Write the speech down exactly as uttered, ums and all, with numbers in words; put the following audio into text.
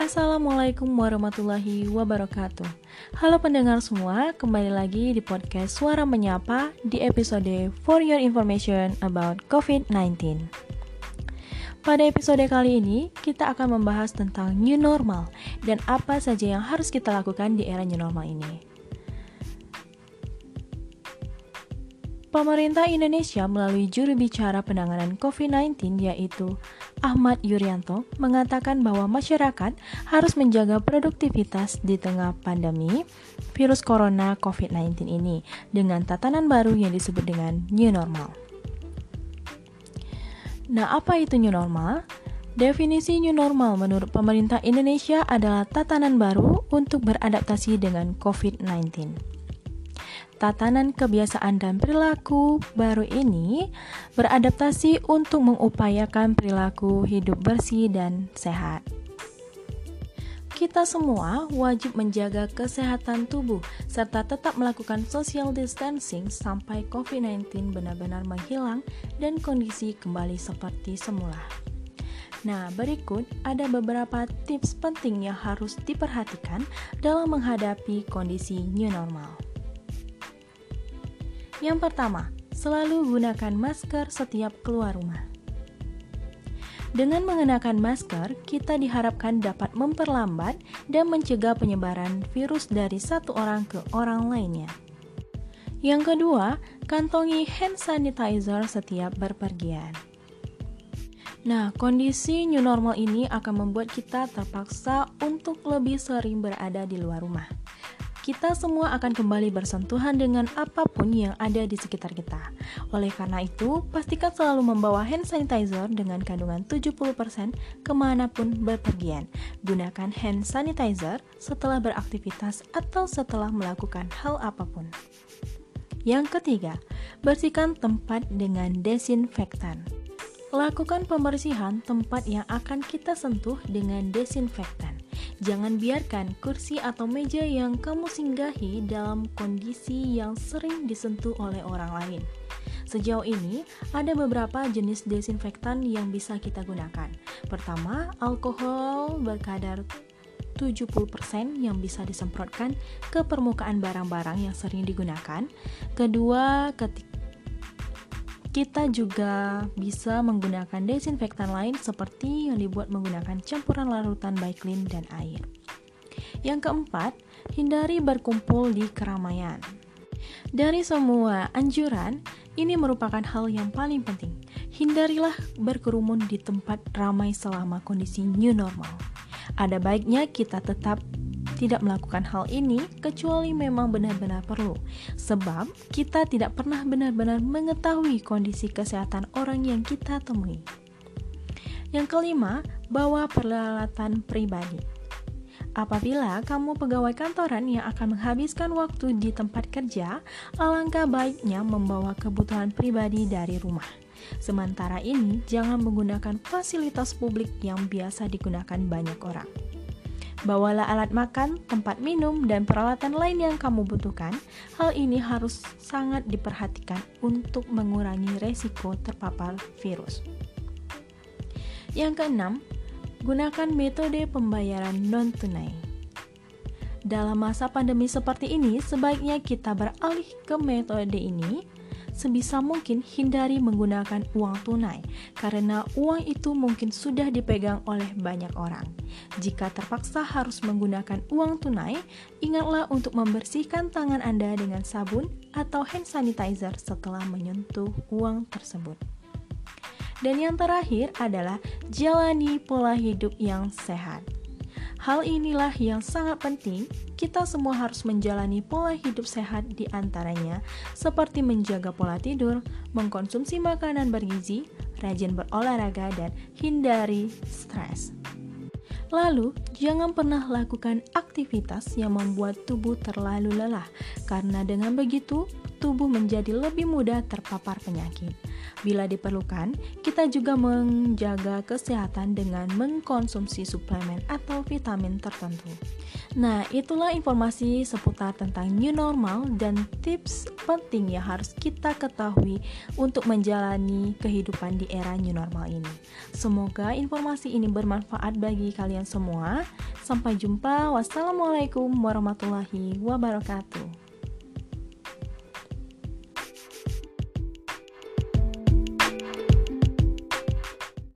Assalamualaikum warahmatullahi wabarakatuh. Halo pendengar semua, kembali lagi di podcast Suara Menyapa di episode For Your Information About covid sembilan belas. Pada episode kali ini, kita akan membahas tentang new normal dan apa saja yang harus kita lakukan di era new normal ini. Pemerintah Indonesia melalui juru bicara penanganan covid sembilan belas yaitu Ahmad Yuryanto mengatakan bahwa masyarakat harus menjaga produktivitas di tengah pandemi virus corona covid sembilan belas ini dengan tatanan baru yang disebut dengan new normal. Nah, apa itu new normal? Definisi new normal menurut pemerintah Indonesia adalah tatanan baru untuk beradaptasi dengan covid sembilan belas. Tatanan kebiasaan dan perilaku baru ini beradaptasi untuk mengupayakan perilaku hidup bersih dan sehat. Kita semua wajib menjaga kesehatan tubuh serta tetap melakukan social distancing sampai covid sembilan belas benar-benar menghilang dan kondisi kembali seperti semula. Nah, berikut ada beberapa tips penting yang harus diperhatikan dalam menghadapi kondisi new normal. Yang pertama, selalu gunakan masker setiap keluar rumah. Dengan mengenakan masker, kita diharapkan dapat memperlambat dan mencegah penyebaran virus dari satu orang ke orang lainnya. Yang kedua, kantongi hand sanitizer setiap berpergian. Nah, kondisi new normal ini akan membuat kita terpaksa untuk lebih sering berada di luar rumah. Kita semua akan kembali bersentuhan dengan apapun yang ada di sekitar kita. Oleh karena itu, pastikan selalu membawa hand sanitizer dengan kandungan tujuh puluh persen kemanapun berpergian. Gunakan hand sanitizer setelah beraktivitas atau setelah melakukan hal apapun. Yang ketiga, bersihkan tempat dengan desinfektan. Lakukan pembersihan tempat yang akan kita sentuh dengan desinfektan. Jangan biarkan kursi atau meja yang kamu singgahi dalam kondisi yang sering disentuh oleh orang lain. Sejauh ini, ada beberapa jenis desinfektan yang bisa kita gunakan. Pertama, alkohol berkadar tujuh puluh persen yang bisa disemprotkan ke permukaan barang-barang yang sering digunakan. Kedua, ketika kita juga bisa menggunakan desinfektan lain seperti yang dibuat menggunakan campuran larutan Baiklin dan air. Yang keempat, hindari berkumpul di keramaian. Dari semua anjuran, ini merupakan hal yang paling penting. Hindarilah berkerumun di tempat ramai selama kondisi new normal. Ada baiknya kita tetap tidak melakukan hal ini kecuali memang benar-benar perlu, sebab kita tidak pernah benar-benar mengetahui kondisi kesehatan orang yang kita temui. Yang kelima, bawa peralatan pribadi. Apabila kamu pegawai kantoran yang akan menghabiskan waktu di tempat kerja, alangkah baiknya membawa kebutuhan pribadi dari rumah. Sementara ini, jangan menggunakan fasilitas publik yang biasa digunakan banyak orang. Bawalah alat makan, tempat minum, dan peralatan lain yang kamu butuhkan. Hal ini harus sangat diperhatikan untuk mengurangi resiko terpapar virus. Yang keenam, gunakan metode pembayaran non-tunai. Dalam masa pandemi seperti ini, sebaiknya kita beralih ke metode ini. Sebisa mungkin hindari menggunakan uang tunai, karena uang itu mungkin sudah dipegang oleh banyak orang. Jika terpaksa harus menggunakan uang tunai, ingatlah untuk membersihkan tangan Anda dengan sabun atau hand sanitizer setelah menyentuh uang tersebut. Dan yang terakhir adalah jalani pola hidup yang sehat. Hal inilah yang sangat penting, kita semua harus menjalani pola hidup sehat di antaranya seperti menjaga pola tidur, mengkonsumsi makanan bergizi, rajin berolahraga, dan hindari stres. Lalu, jangan pernah lakukan aktivitas yang membuat tubuh terlalu lelah, karena dengan begitu, tubuh menjadi lebih mudah terpapar penyakit. Bila diperlukan, kita juga menjaga kesehatan dengan mengkonsumsi suplemen atau vitamin tertentu. Nah, itulah informasi seputar tentang new normal dan tips penting yang harus kita ketahui untuk menjalani kehidupan di era new normal ini. Semoga informasi ini bermanfaat bagi kalian semua. Sampai jumpa. Wassalamualaikum warahmatullahi wabarakatuh.